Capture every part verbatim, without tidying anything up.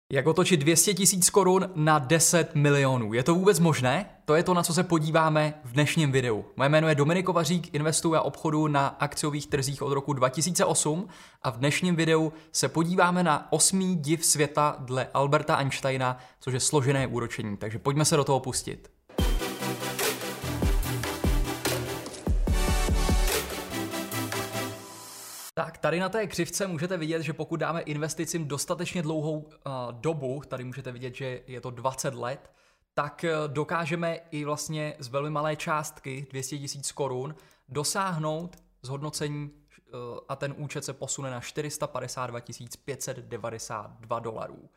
Jak otočit dvě stě tisíc korun na deset milionů? Je to vůbec možné? To je to, na co se podíváme v dnešním videu. Moje jméno je Dominik Kovařík, investuji a obchoduji na akciových trzích od roku dva tisíce osm a v dnešním videu se podíváme na osmý div světa dle Alberta Einsteina, což je složené úročení. Takže pojďme se do toho pustit. Tak tady na té křivce můžete vidět, že pokud dáme investicím dostatečně dlouhou uh, dobu, tady můžete vidět, že je to dvacet let, tak uh, dokážeme i vlastně z velmi malé částky dvě stě tisíc korun dosáhnout zhodnocení uh, a ten účet se posune na čtyři sta padesát dva tisíc pět set devadesát dva dolarů. Uh,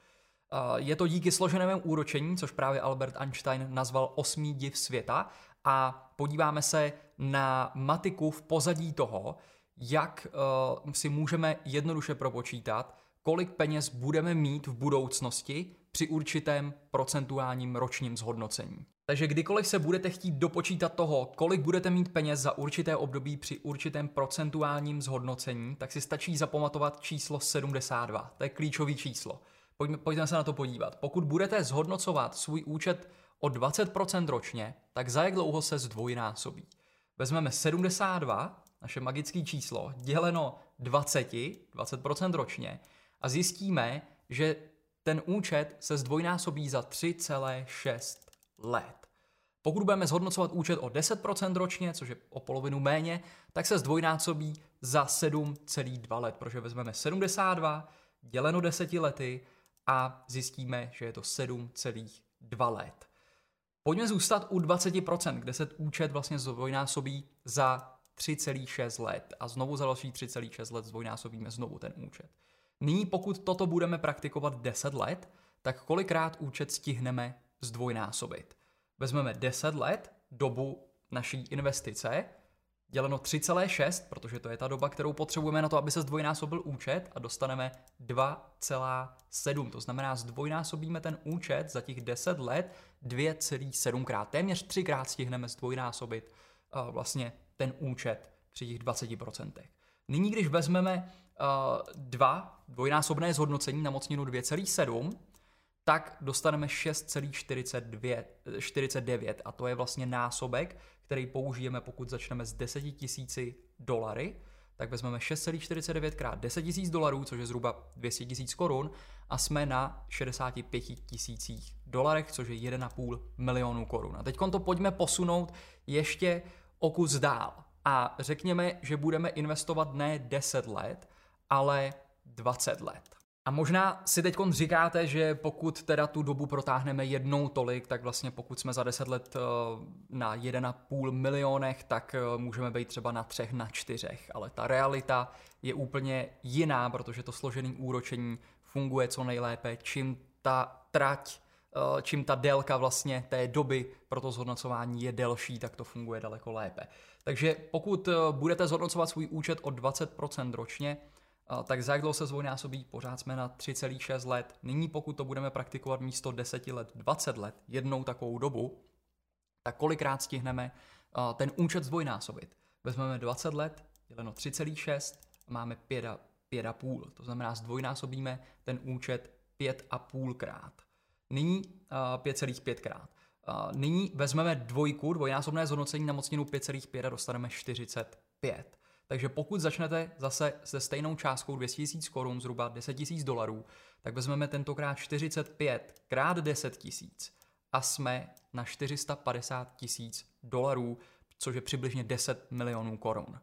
je to díky složenému úročení, což právě Albert Einstein nazval osmý div světa, a podíváme se na matiku v pozadí toho, jak uh, si můžeme jednoduše propočítat, kolik peněz budeme mít v budoucnosti při určitém procentuálním ročním zhodnocení. Takže kdykoliv se budete chtít dopočítat toho, kolik budete mít peněz za určité období při určitém procentuálním zhodnocení, tak si stačí zapamatovat číslo sedmdesát dva. To je klíčové číslo. Pojďme, pojďme se na to podívat. Pokud budete zhodnocovat svůj účet o dvacet procent ročně, tak za jak dlouho se zdvojnásobí? Vezmeme sedmdesát dva, naše magické číslo, děleno dvacet, dvacet procent ročně a zjistíme, že ten účet se zdvojnásobí za tři celá šest let. Pokud budeme zhodnocovat účet o deset procent ročně, což je o polovinu méně, tak se zdvojnásobí za sedm celá dva let, protože vezmeme sedmdesát dva děleno deseti lety a zjistíme, že je to sedm celá dva let. Pojďme zůstat u dvacet procent, kde se účet vlastně zdvojnásobí za tři celá šest let a znovu za další tři celá šest let zdvojnásobíme znovu ten účet. Nyní pokud toto budeme praktikovat deset let, tak kolikrát účet stihneme zdvojnásobit? Vezmeme deset let, dobu naší investice, děleno tři celá šest, protože to je ta doba, kterou potřebujeme na to, aby se zdvojnásobil účet, a dostaneme dva celá sedm. To znamená, zdvojnásobíme ten účet za těch deset let dva celá sedm krát. Téměř třikrát stihneme zdvojnásobit uh, vlastně ten účet při těch dvaceti procentech. Nyní, když vezmeme uh, dva dvojnásobné zhodnocení na mocninu dva celá sedm, tak dostaneme šest celá čtyřicet devět a to je vlastně násobek, který použijeme, pokud začneme s deseti tisíci dolary, tak vezmeme šest celá čtyřicet devět krát deset tisíc dolarů, což je zhruba dvě stě tisíc korun, a jsme na šedesát pět tisících dolarech, což je jeden a půl milionu korun. A teď to pojďme posunout ještě o kus dál a řekněme, že budeme investovat ne deset let, ale dvacet let. A možná si teď říkáte, že pokud teda tu dobu protáhneme jednou tolik, tak vlastně pokud jsme za deset let na jeden a půl milionech, tak můžeme být třeba na třech, na čtyřech. Ale ta realita je úplně jiná, protože to složené úročení funguje co nejlépe, čím ta trať, čím ta délka vlastně té doby pro to zhodnocování je delší, tak to funguje daleko lépe. Takže pokud budete zhodnocovat svůj účet o dvacet procent ročně, tak za jak dlouho se zdvojnásobí, pořád jsme na tři celá šest let. Nyní pokud to budeme praktikovat místo deseti let, dvacet let, jednou takovou dobu, tak kolikrát stihneme ten účet zdvojnásobit? Vezmeme dvacet let, děleno tři celá šest, máme pět a půl. To znamená, zdvojnásobíme ten účet pět a půl krát. Nyní pět celá pět krát. Nyní vezmeme dvojku, dvojnásobné zhodnocení na mocninu pět celá pět a dostaneme čtyřicet pět. Takže pokud začnete zase se stejnou částkou dvě stě tisíc korun, zhruba deset tisíc dolarů, tak vezmeme tentokrát čtyřicet pět krát deset tisíc a jsme na čtyři sta padesát tisíc dolarů, což je přibližně deset milionů korun.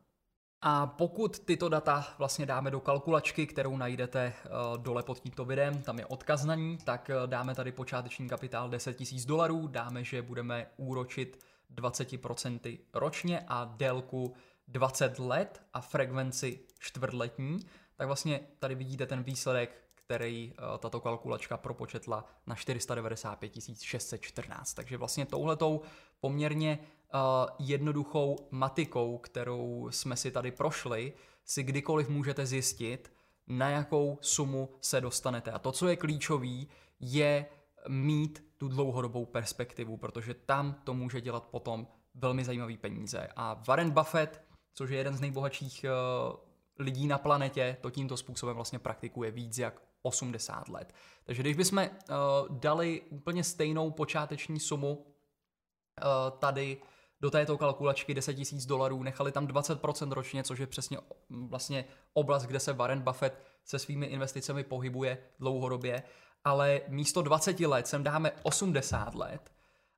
A pokud tyto data vlastně dáme do kalkulačky, kterou najdete uh, dole pod tímto videem, tam je odkaz na ní, tak uh, dáme tady počáteční kapitál deset tisíc dolarů, dáme, že budeme úročit dvacet procent ročně a délku dvacet let a frekvenci čtvrtletní, tak vlastně tady vidíte ten výsledek, který uh, tato kalkulačka propočetla na čtyři sta devadesát pět tisíc šest set čtrnáct. Takže vlastně touhletou poměrně uh, jednoduchou matikou, kterou jsme si tady prošli, si kdykoliv můžete zjistit, na jakou sumu se dostanete. A to, co je klíčový, je mít tu dlouhodobou perspektivu, protože tam to může dělat potom velmi zajímavý peníze. A Warren Buffett, což je jeden z nejbohatších uh, lidí na planetě, to tímto způsobem vlastně praktikuje víc jak osmdesát let. Takže když bychom uh, dali úplně stejnou počáteční sumu uh, tady do této kalkulačky deset tisíc dolarů, nechali tam dvacet procent ročně, což je přesně vlastně oblast, kde se Warren Buffett se svými investicemi pohybuje dlouhodobě, ale místo dvacet let sem dáme osmdesát let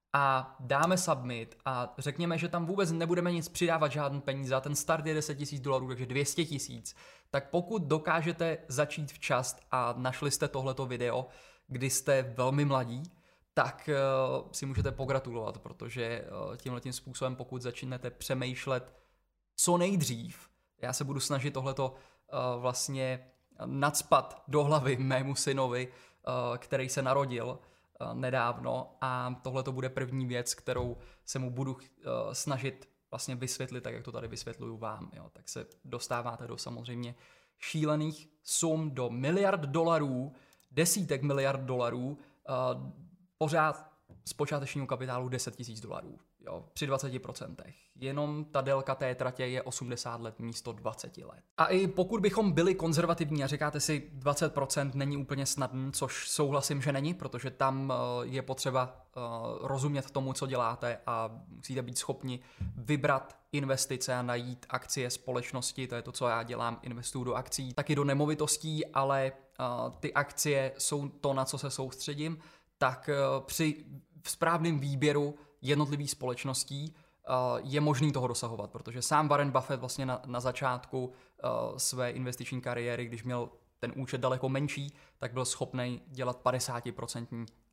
a dáme submit a řekněme, že tam vůbec nebudeme nic přidávat, žádný peníze a ten start je deset tisíc dolarů, takže dvě stě tisíc, tak pokud dokážete začít včas a našli jste tohleto video, kdy jste velmi mladí, tak uh, si můžete pogratulovat, protože uh, tímhletím způsobem, pokud začnete přemýšlet co nejdřív, já se budu snažit tohleto uh, vlastně nacpat do hlavy mému synovi, uh, který se narodil uh, nedávno a tohleto bude první věc, kterou se mu budu uh, snažit vlastně vysvětlit, tak jak to tady vysvětluju vám. Jo. Tak se dostáváte do samozřejmě šílených sum, do miliard dolarů, desítek miliard dolarů, uh, pořád z počátečního kapitálu deset tisíc dolarů, jo, při dvacet procent. Jenom ta délka té tratě je osmdesát let místo dvacet let. A i pokud bychom byli konzervativní a říkáte si dvacet procent není úplně snadný, což souhlasím, že není, protože tam je potřeba rozumět tomu, co děláte a musíte být schopni vybrat investice a najít akcie společnosti, to je to, co já dělám, investuju do akcí, taky do nemovitostí, ale ty akcie jsou to, na co se soustředím, tak při správném výběru jednotlivých společností je možný toho dosahovat, protože sám Warren Buffett vlastně na, na začátku své investiční kariéry, když měl ten účet daleko menší, tak byl schopný dělat padesát procent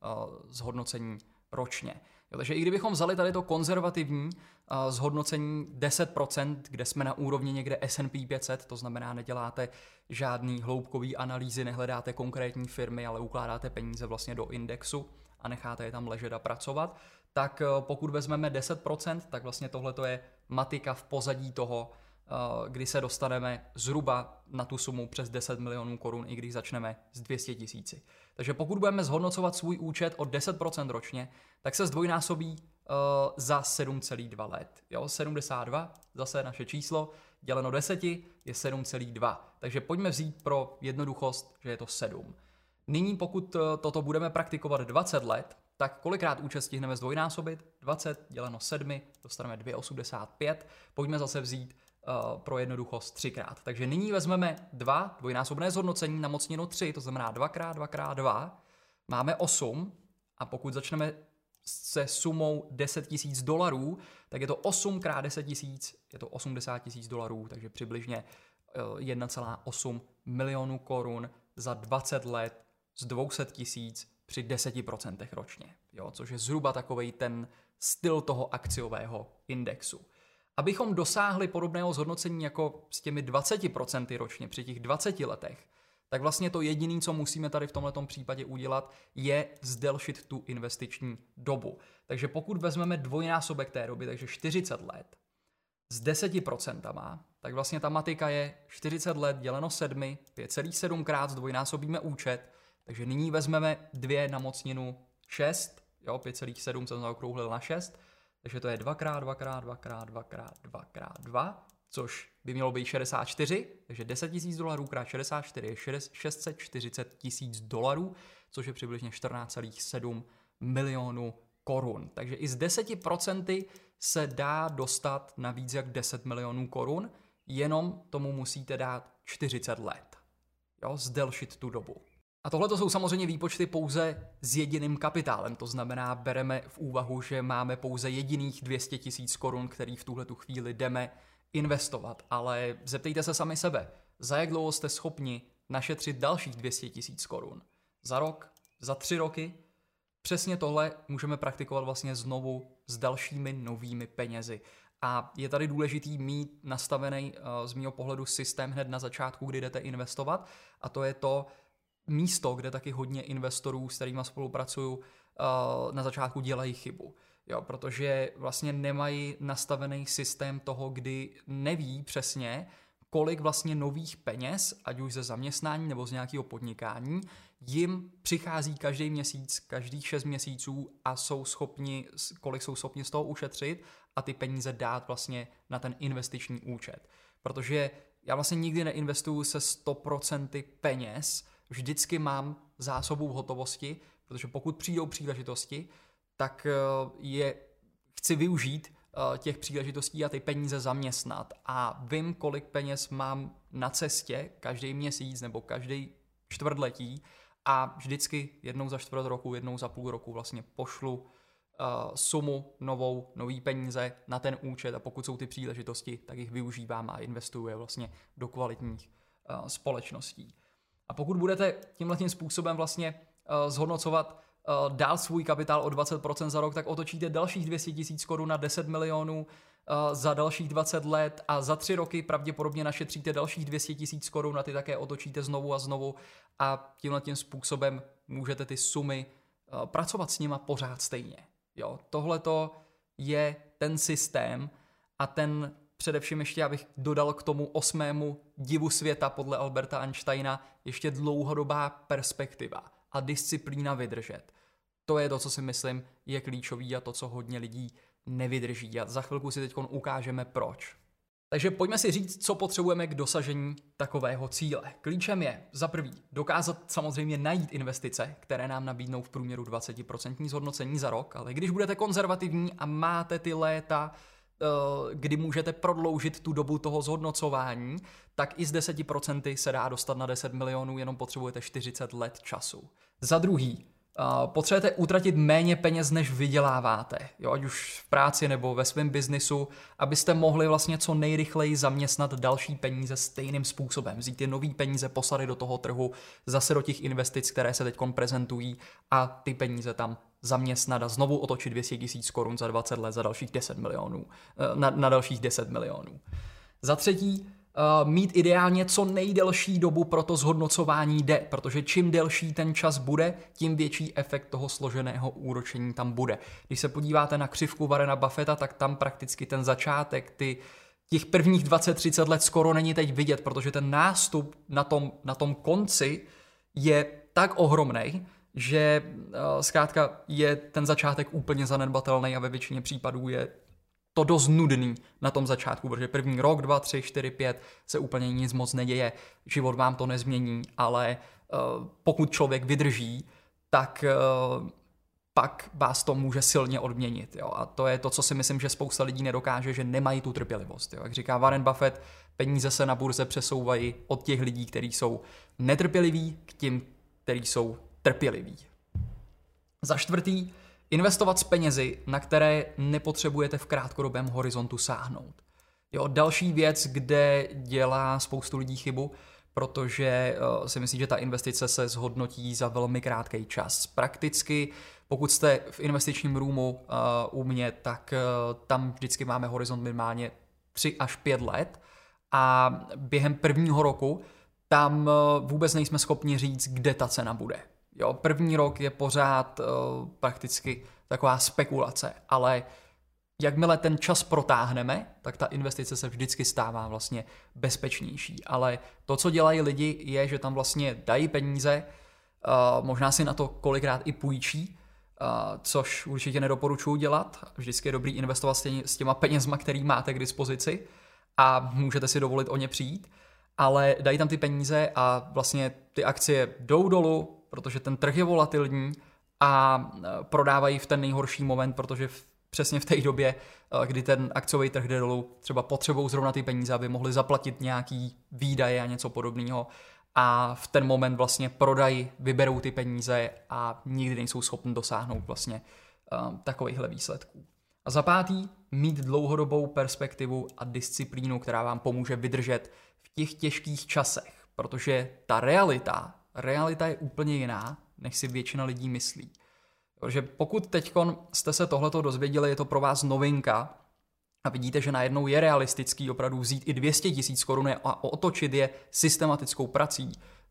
zhodnocení ročně. Jo, takže i kdybychom vzali tady to konzervativní uh, zhodnocení deset procent, kde jsme na úrovni někde S and P pět set, to znamená neděláte žádný hloubkový analýzy, nehledáte konkrétní firmy, ale ukládáte peníze vlastně do indexu a necháte je tam ležet a pracovat, tak uh, pokud vezmeme deset procent, tak vlastně tohle je matika v pozadí toho, uh, kdy se dostaneme zhruba na tu sumu přes deset milionů korun, i když začneme s dvě stě tisíci. Takže pokud budeme zhodnocovat svůj účet o deset procent ročně, tak se zdvojnásobí uh, za sedm celá dva let. Jo, sedmdesát dva, zase naše číslo, děleno deseti je sedm celá dva. Takže pojďme vzít pro jednoduchost, že je to sedm. Nyní pokud uh, toto budeme praktikovat dvacet let, tak kolikrát účet stihneme zdvojnásobit? dvacet děleno sedmi, dostaneme dvě celá osmdesát pět. Pojďme zase vzít uh, pro jednoduchost třikrát. Takže nyní vezmeme dva, dvojnásobné zhodnocení na mocninu tři, to znamená dva krát dva krát dva, máme osm a pokud začneme se sumou deset tisíc dolarů, tak je to osm krát deset tisíc, je to osmdesát tisíc dolarů, takže přibližně uh, jedna celá osm milionu korun za dvacet let z dvě stě tisíc při deseti procentech ročně, jo, což je zhruba takovej ten styl toho akciového indexu. Abychom dosáhli podobného zhodnocení jako s těmi dvaceti procenty ročně při těch dvaceti letech, tak vlastně to jediné, co musíme tady v tomto případě udělat, je zdelšit tu investiční dobu. Takže pokud vezmeme dvojnásobek té doby, takže čtyřicet let, s deseti procenty, tak vlastně ta matika je čtyřicet let děleno sedmi, pět celá sedm krát zdvojnásobíme účet, takže nyní vezmeme dvě na mocninu šest, jo, pět celá sedm jsem zaokrouhlil na šest, takže to je dva krát dva krát dva krát dva krát dva krát dva, což by mělo být šedesát čtyři, takže deset tisíc dolarů krát šedesát čtyři je šest set čtyřicet tisíc dolarů, což je přibližně čtrnáct celá sedm milionů korun. Takže i z deseti procent se dá dostat na víc jak deset milionů korun, jenom tomu musíte dát čtyřicet let. Jo, zdelšit tu dobu. A tohle to jsou samozřejmě výpočty pouze s jediným kapitálem, to znamená, bereme v úvahu, že máme pouze jediných dvě stě tisíc korun, který v tuhletu chvíli jdeme investovat, ale zeptejte se sami sebe, za jak dlouho jste schopni našetřit dalších dvě stě tisíc korun? Za rok? Za tři roky? Přesně tohle můžeme praktikovat vlastně znovu s dalšími novými penězi. A je tady důležitý mít nastavený z mého pohledu systém hned na začátku, kdy jdete investovat, a to je to místo, kde taky hodně investorů, s kterými spolupracuju, na začátku dělají chybu. Jo, protože vlastně nemají nastavený systém toho, kdy neví přesně, kolik vlastně nových peněz, ať už ze zaměstnání nebo z nějakého podnikání, jim přichází každý měsíc, každých šest měsíců a jsou schopni, kolik jsou schopni z toho ušetřit a ty peníze dát vlastně na ten investiční účet. Protože já vlastně nikdy neinvestuju se sto procent peněz Vždycky mám zásobu v hotovosti, protože pokud přijdou příležitosti, tak je chci využít těch příležitostí a ty peníze zaměstnat. A vím, kolik peněz mám na cestě každý měsíc nebo každý čtvrtletí a vždycky jednou za čtvrt roku, jednou za půl roku vlastně pošlu uh, sumu novou, nový peníze na ten účet a pokud jsou ty příležitosti, tak jich využívám a investuju je vlastně do kvalitních uh, společností. A pokud budete tímhletím způsobem vlastně uh, zhodnocovat uh, dál svůj kapitál o dvacet procent za rok, tak otočíte dalších dvě stě tisíc korun na deset milionů uh, za dalších dvacet let a za tři roky pravděpodobně našetříte dalších dvě stě tisíc korun na ty také otočíte znovu a znovu a tímhletím způsobem můžete ty sumy uh, pracovat s nima pořád stejně. Jo, tohleto je ten systém a ten především ještě, abych dodal k tomu osmému divu světa podle Alberta Einsteina, ještě dlouhodobá perspektiva a disciplína vydržet. To je to, co si myslím je klíčový a to, co hodně lidí nevydrží. A za chvilku si teď ukážeme proč. Takže pojďme si říct, co potřebujeme k dosažení takového cíle. Klíčem je za prvý dokázat samozřejmě najít investice, které nám nabídnou v průměru dvacet procent zhodnocení za rok, ale když budete konzervativní a máte ty léta, kdy můžete prodloužit tu dobu toho zhodnocování, tak i z deset procent se dá dostat na deset milionů, jenom potřebujete čtyřicet let času. Za druhý, potřebujete utratit méně peněz, než vyděláváte, jo, ať už v práci nebo ve svém biznisu, abyste mohli vlastně co nejrychleji zaměstnat další peníze stejným způsobem. Vzít ty nový peníze, posady do toho trhu, zase do těch investic, které se teď prezentují a ty peníze tam zaměstnat a znovu otočit dvě stě tisíc korun za dvacet let za dalších deset milionů, na, na dalších deset milionů. Za třetí, Uh, mít ideálně co nejdelší dobu pro to zhodnocování jde, protože čím delší ten čas bude, tím větší efekt toho složeného úročení tam bude. Když se podíváte na křivku Warrena Buffetta, tak tam prakticky ten začátek, ty, těch prvních dvacet třicet let skoro není teď vidět, protože ten nástup na tom, na tom konci je tak ohromný, že uh, zkrátka je ten začátek úplně zanedbatelný a ve většině případů je to dost nudný na tom začátku, protože první rok, dva, tři, čtyři, pět se úplně nic moc neděje, život vám to nezmění, ale uh, pokud člověk vydrží, tak uh, pak vás to může silně odměnit. Jo? A to je to, co si myslím, že spousta lidí nedokáže, že nemají tu trpělivost. Jo? Jak říká Warren Buffett, peníze se na burze přesouvají od těch lidí, kteří jsou netrpěliví, k těm, kteří jsou trpěliví. Za čtvrtý, investovat s penězi, na které nepotřebujete v krátkodobém horizontu sáhnout. Jo, další věc, kde dělá spoustu lidí chybu, protože uh, si myslí, že ta investice se zhodnotí za velmi krátký čas. Prakticky, pokud jste v investičním roomu uh, u mě, tak uh, tam vždycky máme horizont minimálně tři až pět let a během prvního roku tam uh, vůbec nejsme schopni říct, kde ta cena bude. Jo, první rok je pořád uh, prakticky taková spekulace, ale jakmile ten čas protáhneme, tak ta investice se vždycky stává vlastně bezpečnější. Ale to, co dělají lidi, je, že tam vlastně dají peníze, uh, možná si na to kolikrát i půjčí, uh, což určitě nedoporučuji dělat. Vždycky je dobrý investovat s, tě, s těma penězma, který máte k dispozici a můžete si dovolit o ně přijít, ale dají tam ty peníze a vlastně ty akcie jdou dolů, protože ten trh je volatilní a prodávají v ten nejhorší moment, protože v, přesně v té době, kdy ten akciový trh jde dolů, třeba potřebují zrovna ty peníze, aby mohli zaplatit nějaký výdaje a něco podobného a v ten moment vlastně prodají, vyberou ty peníze a nikdy nejsou schopni dosáhnout vlastně um, takovýchhle výsledků. A za pátý, mít dlouhodobou perspektivu a disciplínu, která vám pomůže vydržet v těch těžkých časech, protože ta realita Realita je úplně jiná, než si většina lidí myslí. Takže pokud teďkon jste se tohleto dozvěděli, je to pro vás novinka a vidíte, že najednou je realistický opravdu vzít i dvě stě tisíc korun a otočit je systematickou prací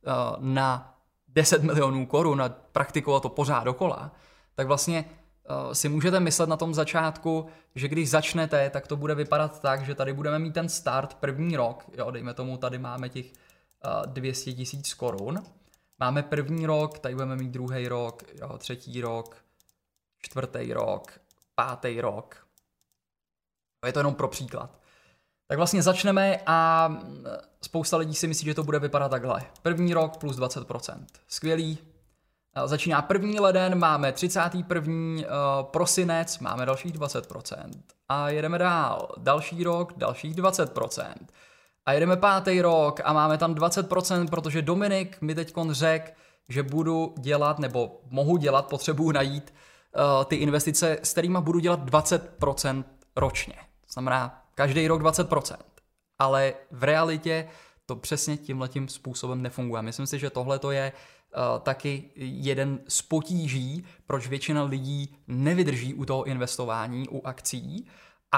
na deset milionů korun a praktikovat to pořád dokola, tak vlastně si můžete myslet na tom začátku, že když začnete, tak to bude vypadat tak, že tady budeme mít ten start první rok, jo, dejme tomu, tady máme těch dvě stě tisíc korun, máme první rok, tady budeme mít druhý rok, jo, třetí rok, čtvrtý rok, pátý rok. Je to jenom pro příklad. Tak vlastně začneme a spousta lidí si myslí, že to bude vypadat takhle. První rok plus dvacet procent. Skvělý. Začíná první leden, máme třicátý první prosinec, máme dalších dvacet procent. A jedeme dál. Další rok, dalších dvacet procent. A jedeme pátý rok a máme tam dvacet procent, protože Dominik mi teďkon řekl, že budu dělat, nebo mohu dělat, potřebuji najít uh, ty investice, s kterými budu dělat dvacet procent ročně. To znamená každý rok dvacet procent. Ale v realitě to přesně tímhletím způsobem nefunguje. Myslím si, že tohle to je uh, taky jeden z potíží, proč většina lidí nevydrží u toho investování, u akcí,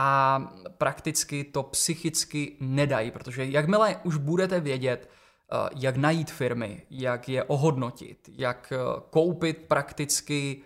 a prakticky to psychicky nedají, protože jakmile už budete vědět, jak najít firmy, jak je ohodnotit, jak koupit prakticky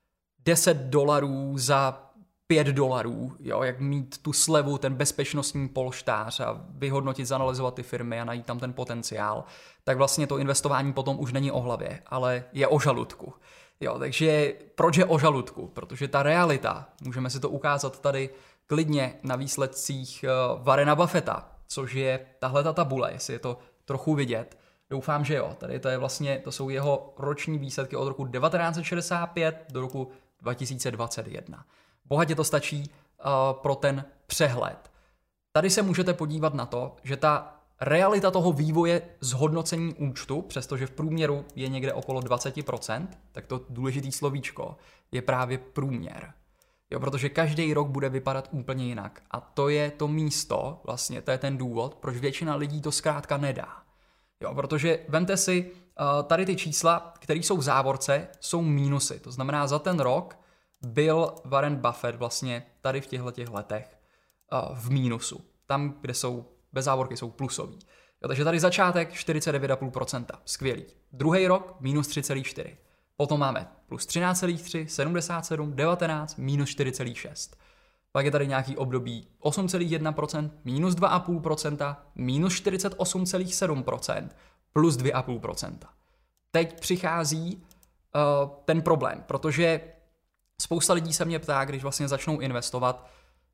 deset dolarů za pět dolarů, jo, jak mít tu slevu, ten bezpečnostní polštář a vyhodnotit, zanalyzovat ty firmy a najít tam ten potenciál, tak vlastně to investování potom už není o hlavě, ale je o žaludku. Jo, takže proč je o žaludku? Protože ta realita, můžeme si to ukázat tady klidně na výsledcích Warrena Buffetta, což je tahle ta tabule, jestli je to trochu vidět. Doufám, že jo. Tady to je vlastně, to jsou jeho roční výsledky od roku devatenáct set šedesát pět do roku dva tisíce dvacet jedna. Bohatě to stačí uh, pro ten přehled. Tady se můžete podívat na to, že ta realita toho vývoje zhodnocení účtu, přestože v průměru je někde okolo dvacet procent, tak to důležitý slovíčko je právě průměr. Jo, protože každý rok bude vypadat úplně jinak. A to je to místo, vlastně to je ten důvod, proč většina lidí to zkrátka nedá. Jo, protože vemte si, tady ty čísla, které jsou v závorce, jsou mínusy. To znamená, za ten rok byl Warren Buffett vlastně tady v těchto těch letech v mínusu. Tam, kde jsou bez závorky, jsou plusový. Jo, takže tady začátek čtyřicet devět celá pět procenta. Skvělý. Druhý rok minus tři celá čtyři. Potom máme plus třináct celá tři, sedmdesát sedm, devatenáct, minus čtyři celá šest. Pak je tady nějaký období osm celá jedna procenta, minus dva celá pět procenta, minus čtyřicet osm celá sedm procenta, plus dva celá pět procenta. Teď přichází uh, ten problém, protože spousta lidí se mě ptá, když vlastně začnou investovat,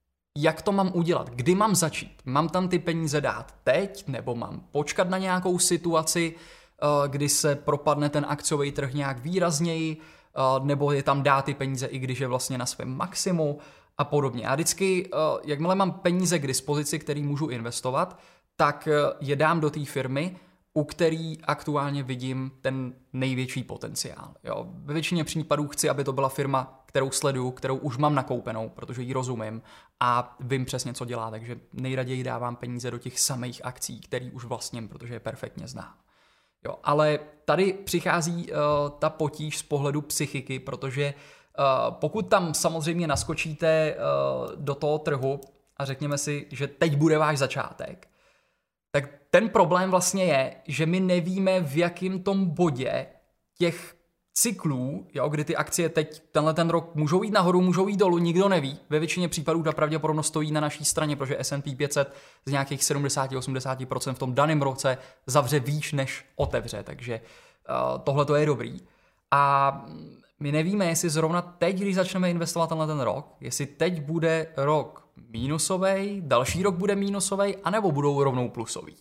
jak to mám udělat, kdy mám začít, mám tam ty peníze dát teď, nebo mám počkat na nějakou situaci, kdy se propadne ten akciový trh nějak výrazněji, nebo je tam dát ty peníze, i když je vlastně na svém maximu a podobně. A vždycky, jakmile mám peníze k dispozici, který můžu investovat, tak je dám do té firmy, u který aktuálně vidím ten největší potenciál. Jo. Ve většině případů chci, aby to byla firma, kterou sleduju, kterou už mám nakoupenou, protože ji rozumím a vím přesně, co dělá, takže nejraději dávám peníze do těch samých akcí, který už vlastním, protože je perfektně znám. Jo, ale tady přichází uh, ta potíž z pohledu psychiky, protože uh, pokud tam samozřejmě naskočíte uh, do toho trhu a řekněme si, že teď bude váš začátek, tak ten problém vlastně je, že my nevíme, v jakém tom bodě těch cyklů, jo, kdy ty akcie teď tenhle ten rok můžou jít nahoru, můžou jít dolů, nikdo neví. Ve většině případů ta pravděpodobnost stojí na naší straně, protože S and P pět set z nějakých sedmdesát až osmdesát procent v tom daném roce zavře výš, než otevře, takže uh, tohle to je dobrý. A my nevíme, jestli zrovna teď, když začneme investovat tenhle ten rok, jestli teď bude rok mínusový, další rok bude mínusový, anebo budou rovnou plusový.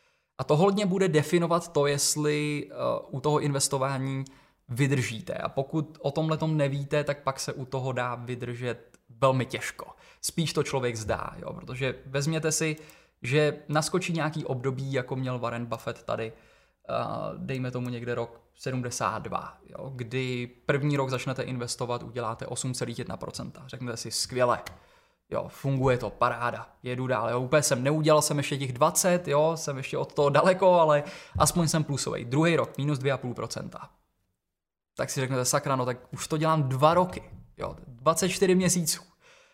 A to hodně bude definovat to, jestli uh, u toho investování vydržíte. A pokud o tomhletom nevíte, tak pak se u toho dá vydržet velmi těžko. Spíš to člověk zdá, jo? Protože vezměte si, že naskočí nějaký období, jako měl Warren Buffett tady, uh, dejme tomu někde rok sedmdesát dva, jo? Kdy první rok začnete investovat, uděláte osm celá jedna procenta. Řeknete si, skvěle, jo, funguje to, paráda, jedu dál. Jo? Úplně jsem neudělal jsem ještě těch dvacet, jo? Jsem ještě od toho daleko, ale aspoň jsem plusový. Druhý rok, minus dva celá pět procenta. Tak si řeknete, sakra, no tak už to dělám dva roky, jo, dvacet čtyři měsíců.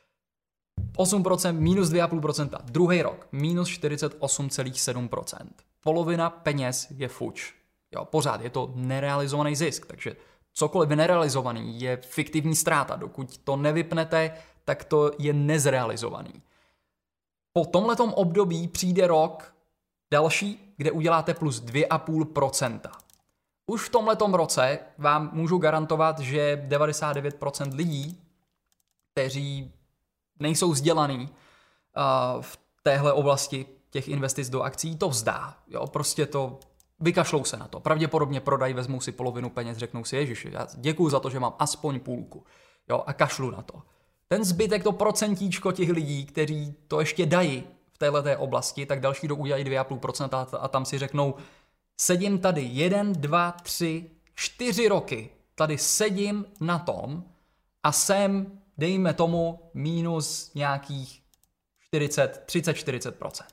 osm procent minus dva celá pět procenta. Druhý rok, minus čtyřicet osm celá sedm procenta. Polovina peněz je fuč. Jo, pořád je to nerealizovaný zisk, takže cokoliv nerealizovaný je fiktivní ztráta. Dokud to nevypnete, tak to je nezrealizovaný. Po tomhletom období přijde rok další, kde uděláte plus dva celá pět procenta. Už v tomhletom roce vám můžu garantovat, že devadesát devět procent lidí, kteří nejsou vzdělaný v téhle oblasti těch investic do akcí to vzdá. Jo, prostě to vykašlou se na to. Pravděpodobně prodají, vezmou si polovinu peněz, řeknou si, ježiši, já děkuju za to, že mám aspoň půlku. Jo, a kašlu na to. Ten zbytek, to procentíčko těch lidí, kteří to ještě dají v téhleté oblasti, tak další rok udělají dvě celá pět procenta a tam si řeknou, sedím tady jeden, dva, tři, čtyři roky, tady sedím na tom a jsem, dejme tomu, minus nějakých čtyřicet, třicet čtyřicet procent.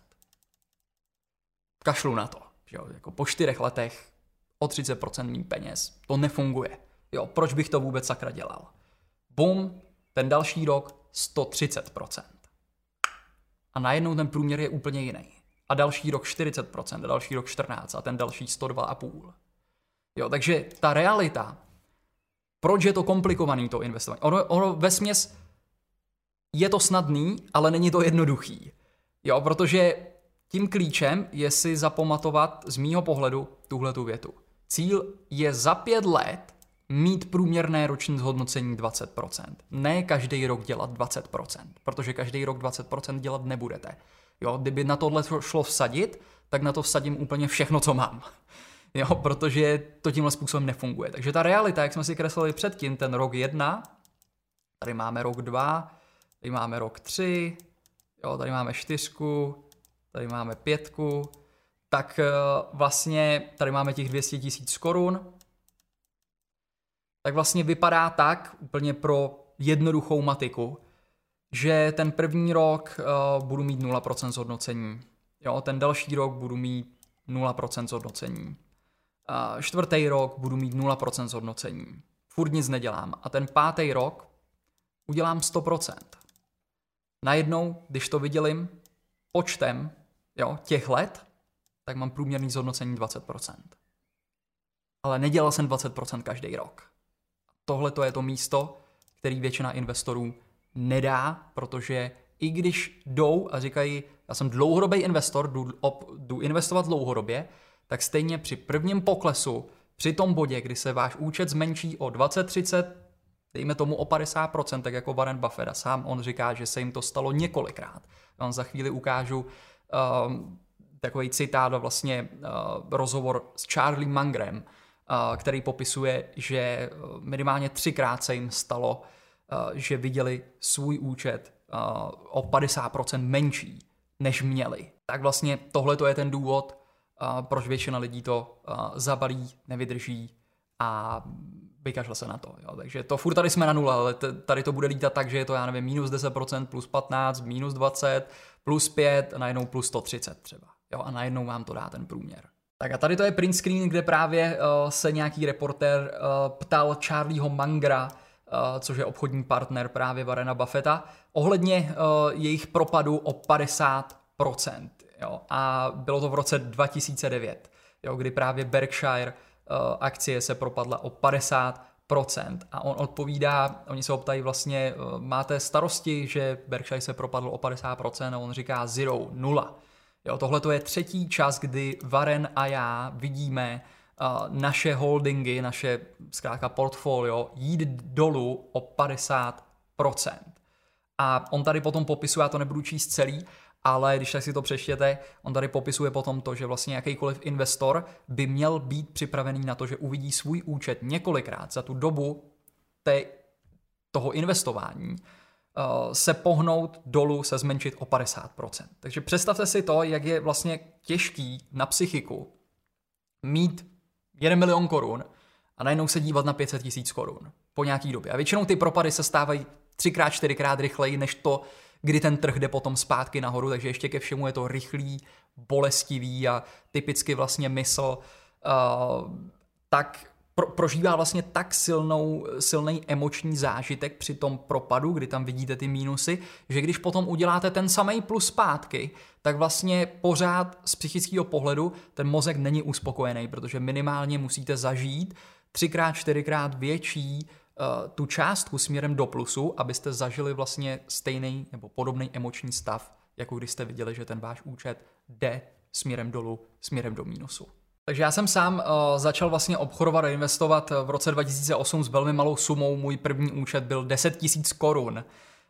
Kašlu na to. Jo, jako po čtyřech letech o třicet procent méně peněz. To nefunguje. Jo, proč bych to vůbec sakra dělal? Bum, ten další rok sto třicet procent. A najednou ten průměr je úplně jiný. A další rok čtyřicet procent, a další rok čtrnáct procent a ten další sto dva celá pět. Jo, takže ta realita, proč je to komplikovaný to investování? Ono, ono vesměs je to snadný, ale není to jednoduchý. Jo, protože tím klíčem je si zapamatovat z mýho pohledu tuhletu větu. Cíl je za pět let mít průměrné roční zhodnocení dvacet procent. Ne každý rok dělat dvacet procent, protože každý rok dvacet procent dělat nebudete. Jo, kdyby na tohle šlo vsadit, tak na to vsadím úplně všechno, co mám. Jo, protože to tímhle způsobem nefunguje. Takže ta realita, jak jsme si kreslili předtím, ten rok jedna, tady máme rok dva, tady máme rok tři, jo, tady máme čtyřku, tady máme pětku, tak vlastně tady máme těch dvě stě tisíc korun. Tak vlastně vypadá tak, úplně pro jednoduchou matiku, že ten první rok uh, budu mít nula procent zhodnocení. Jo, ten další rok budu mít nula procent zhodnocení. Uh, čtvrtý rok budu mít nula procent zhodnocení. Furt nic nedělám. A ten pátý rok udělám sto procent. Najednou, když to vydělím počtem, jo, těch let, tak mám průměrný zhodnocení dvacet procent. Ale nedělal jsem dvacet procent každý rok. Tohle to je to místo, který většina investorů nedá, protože i když jdou a říkají, já jsem dlouhodobý investor, jdu, op, jdu investovat dlouhodobě, tak stejně při prvním poklesu, při tom bodě, kdy se váš účet zmenší o dvacet třicet, dejme tomu o padesát procent, tak jako Warren Buffett, a sám on říká, že se jim to stalo několikrát. Já vám za chvíli ukážu um, takový citát, vlastně uh, rozhovor s Charlie Mungerem, uh, který popisuje, že minimálně třikrát se jim stalo, uh, že viděli svůj účet uh, o padesát procent menší, než měli. Tak vlastně tohle to je ten důvod, uh, proč většina lidí to uh, zabalí, nevydrží a vykašle se na to. Jo. Takže to furt tady jsme na nule, ale t- tady to bude lítat tak, že je to, já nevím, minus deset procent, plus patnáct, minus dvacet, plus pět a najednou plus sto třicet třeba. Jo, a najednou vám to dá ten průměr. Tak a tady to je print screen, kde právě uh, se nějaký reportér uh, ptal Charlieho Mungera, uh, což je obchodní partner právě Warrena Buffetta, ohledně uh, jejich propadu o padesát procent. Jo. A bylo to v roce dva tisíce devět, jo, kdy právě Berkshire uh, akcie se propadla o padesát procent. A on odpovídá, oni se ho ptají vlastně, uh, máte starosti, že Berkshire se propadl o padesát procent, a on říká zero, nula. Jo, tohle to je třetí čas, kdy Warren a já vidíme uh, naše holdingy, naše zkrátka portfolio jít dolů o padesát procent. A on tady potom popisuje, já to nebudu číst celý, ale když tak si to přečtěte, on tady popisuje potom to, že vlastně jakýkoliv investor by měl být připravený na to, že uvidí svůj účet několikrát za tu dobu té, toho investování, se pohnout dolů, se zmenšit o padesát procent. Takže představte si to, jak je vlastně těžký na psychiku mít jeden milion korun a najednou se dívat na pět set tisíc korun po nějaký době. A většinou ty propady se stávají třikrát, čtyřikrát rychleji, než to, kdy ten trh jde potom zpátky nahoru, takže ještě ke všemu je to rychlý, bolestivý a typicky vlastně mysl uh, tak Pro, prožívá vlastně tak silnou, silný emoční zážitek při tom propadu, kdy tam vidíte ty mínusy, že když potom uděláte ten samý plus zpátky, tak vlastně pořád z psychického pohledu ten mozek není uspokojený, protože minimálně musíte zažít třikrát, čtyřikrát větší uh, tu částku směrem do plusu, abyste zažili vlastně stejný nebo podobný emoční stav, jako když jste viděli, že ten váš účet jde směrem dolů, směrem do mínusu. Takže já jsem sám uh, začal vlastně obchodovat a investovat v roce dva tisíce osm s velmi malou sumou. Můj první účet byl deset tisíc korun.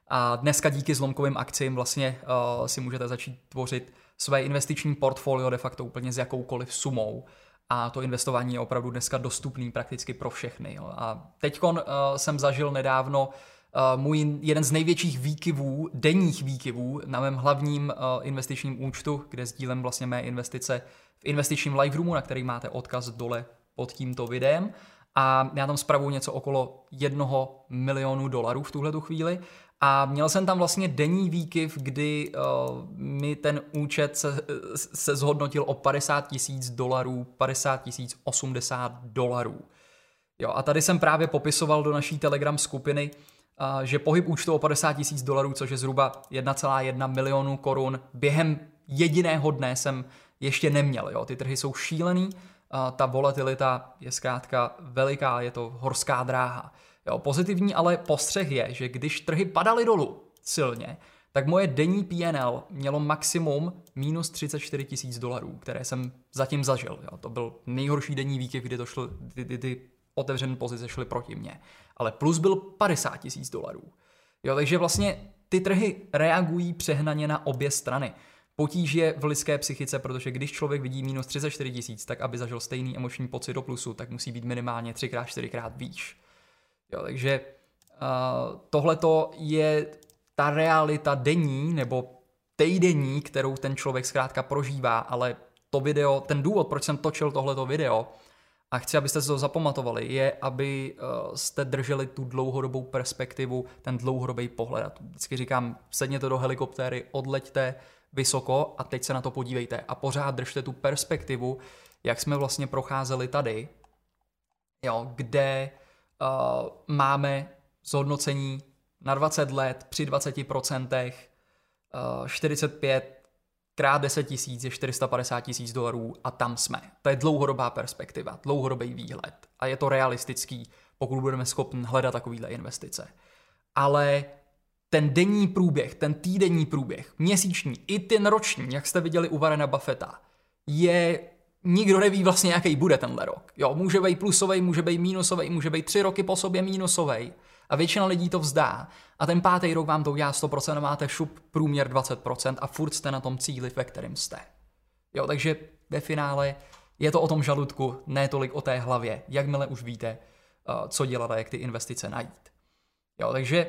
A dneska díky zlomkovým akcím vlastně uh, si můžete začít tvořit své investiční portfolio de facto úplně s jakoukoliv sumou. A to investování je opravdu dneska dostupný prakticky pro všechny. Jo. A teďkon uh, jsem zažil nedávno uh, můj jeden z největších výkyvů, denních výkyvů na mém hlavním uh, investičním účtu, kde sdílím vlastně mé investice v investičním live roomu, na který máte odkaz dole pod tímto videem. A já tam spravuju něco okolo jednoho milionu dolarů v tuhletu chvíli. A měl jsem tam vlastně denní výkyv, kdy uh, mi ten účet se, se zhodnotil o padesát tisíc dolarů, padesát tisíc osmdesát dolarů. Jo, a tady jsem právě popisoval do naší Telegram skupiny, uh, že pohyb účtu o padesát tisíc dolarů, což je zhruba jedna celá jedna milionu korun, během jediného dne jsem ještě neměl. Jo. Ty trhy jsou šílený, uh, ta volatilita je zkrátka veliká, je to horská dráha. Jo, pozitivní ale postřeh je, že když trhy padaly dolů silně, tak moje denní P and L mělo maximum minus třicet čtyři tisíc dolarů, které jsem zatím zažil. Jo, to byl nejhorší denní výkyv, kdy to šlo, ty, ty, ty otevřené pozice šly proti mně. Ale plus byl padesát tisíc dolarů. Jo, takže vlastně ty trhy reagují přehnaně na obě strany. Potíž je v lidské psychice, protože když člověk vidí minus třicet čtyři tisíc, tak aby zažil stejný emoční pocit do plusu, tak musí být minimálně třikrát, čtyřikrát výš. Jo, takže uh, tohleto je ta realita denní nebo týdenní, kterou ten člověk zkrátka prožívá, ale to video, ten důvod, proč jsem točil tohleto video a chci, abyste si to zapamatovali, je, aby uh, jste drželi tu dlouhodobou perspektivu, ten dlouhodobý pohled. Vždycky říkám, sedněte do helikoptéry, odleďte vysoko a teď se na to podívejte a pořád držte tu perspektivu, jak jsme vlastně procházeli tady, jo, kde Uh, máme zhodnocení na dvacet let při dvacet procent, uh, čtyřicet pět krát deset tisíc je čtyři sta padesát tisíc dolarů a tam jsme. To je dlouhodobá perspektiva, dlouhodobý výhled a je to realistický, pokud budeme schopni hledat takovýhle investice. Ale ten denní průběh, ten týdenní průběh, měsíční i ten roční, jak jste viděli u Warrena Buffetta, je... Nikdo neví vlastně, jaký bude tenhle rok. Jo, může být plusový, může být mínusový, může být tři roky po sobě mínusový. A většina lidí to vzdá. A ten pátý rok vám to udělá sto procent a máte šup průměr dvacet procent a furt jste na tom cíli, ve kterém jste. Jo, takže ve finále je to o tom žaludku, ne tolik o té hlavě. Jakmile už víte, co dělat a jak ty investice najít. Jo, takže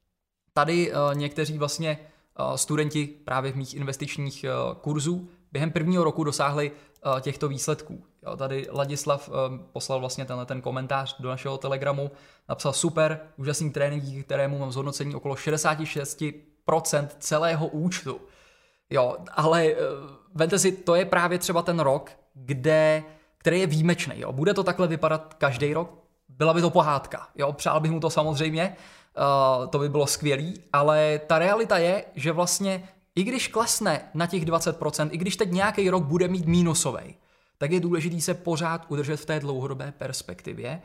tady někteří vlastně studenti právě v mých investičních kurzů během prvního roku dosáhli uh, těchto výsledků. Jo, tady Ladislav um, poslal vlastně tenhle ten komentář do našeho Telegramu, napsal super, úžasný trénink, díky kterému mám zhodnocení okolo šedesát šest procent celého účtu. Jo, ale uh, vemte si, to je právě třeba ten rok, kde, který je výjimečný. Jo. Bude to takhle vypadat každý rok? Byla by to pohádka. Jo, přál bych mu to samozřejmě, uh, to by bylo skvělý, ale ta realita je, že vlastně i když klesne na těch dvacet procent, i když teď nějaký rok bude mít mínusový, tak je důležité se pořád udržet v té dlouhodobé perspektivě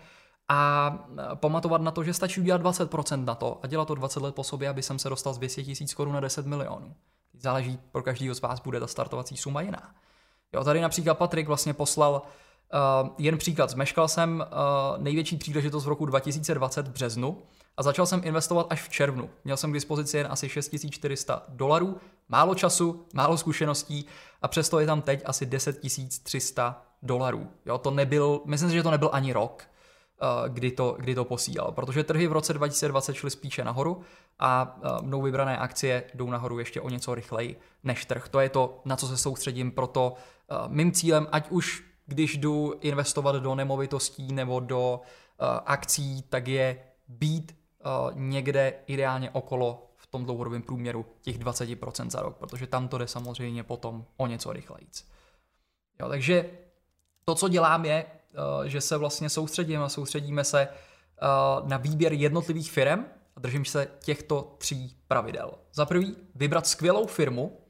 a pamatovat na to, že stačí udělat dvacet procent na to a dělat to dvacet let po sobě, aby jsem se dostal z dvě stě tisíc korun na deset milionů. Záleží, pro každýho z vás bude ta startovací suma jiná. Jo, tady například Patrik vlastně poslal uh, jen příklad. Zmeškal jsem uh, největší příležitost v roku dva tisíce dvacet v březnu a začal jsem investovat až v červnu. Měl jsem k dispozici jen asi šest tisíc čtyři sta dolarů, málo času, málo zkušeností a přesto je tam teď asi deset tisíc tři sta dolarů. Jo, to nebyl, myslím si, že to nebyl ani rok, uh, kdy to, kdy to posílal, protože trhy v roce dva tisíce dvacet šly spíše nahoru a uh, mnou vybrané akcie jdou nahoru ještě o něco rychleji než trh. To je to, na co se soustředím, proto uh, mým cílem, ať už když jdu investovat do nemovitostí nebo do uh, akcí, tak je být uh, někde ideálně okolo v tom dlouhodobém průměru těch dvacet procent za rok, protože tam to jde samozřejmě potom o něco rychlejc. Jo, takže to, co dělám, je, uh, že se vlastně soustředím a soustředíme se uh, na výběr jednotlivých firem a držím se těchto tří pravidel. Za prvý, vybrat skvělou firmu.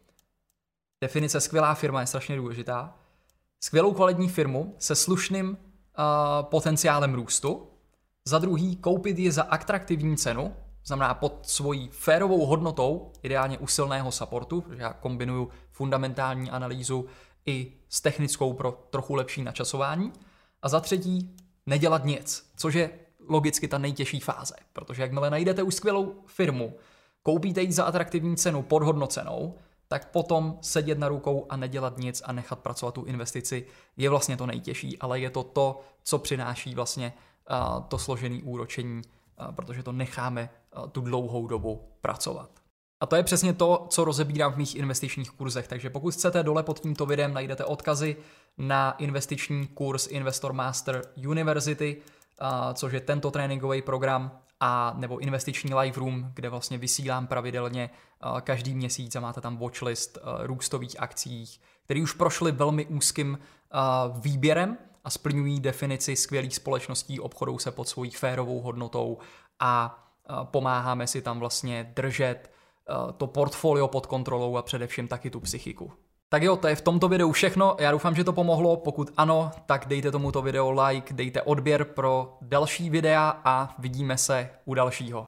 Definice skvělá firma je strašně důležitá. Skvělou kvalitní firmu se slušným uh, potenciálem růstu. Za druhý, koupit ji za atraktivní cenu, znamená pod svojí férovou hodnotou, ideálně u silného supportu, protože já kombinuju fundamentální analýzu i s technickou pro trochu lepší načasování. A za třetí, nedělat nic, což je logicky ta nejtěžší fáze, protože jakmile najdete už skvělou firmu, koupíte ji za atraktivní cenu podhodnocenou, tak potom sedět na rukou a nedělat nic a nechat pracovat tu investici je vlastně to nejtěžší, ale je to to, co přináší vlastně uh, to složené úročení, uh, protože to necháme uh, tu dlouhou dobu pracovat. A to je přesně to, co rozebírám v mých investičních kurzech, takže pokud chcete, dole pod tímto videem najdete odkazy na investiční kurz Investor Master University, uh, což je tento tréninkový program, a nebo investiční live room, kde vlastně vysílám pravidelně uh, každý měsíc a máte tam watchlist uh, růstových akcí, které už prošly velmi úzkým uh, výběrem a splňují definici skvělých společností, obchodou se pod svojí férovou hodnotou a uh, pomáháme si tam vlastně držet uh, to portfolio pod kontrolou a především taky tu psychiku. Tak jo, to je v tomto videu všechno, já doufám, že to pomohlo, pokud ano, tak dejte tomuto videu like, dejte odběr pro další videa a vidíme se u dalšího.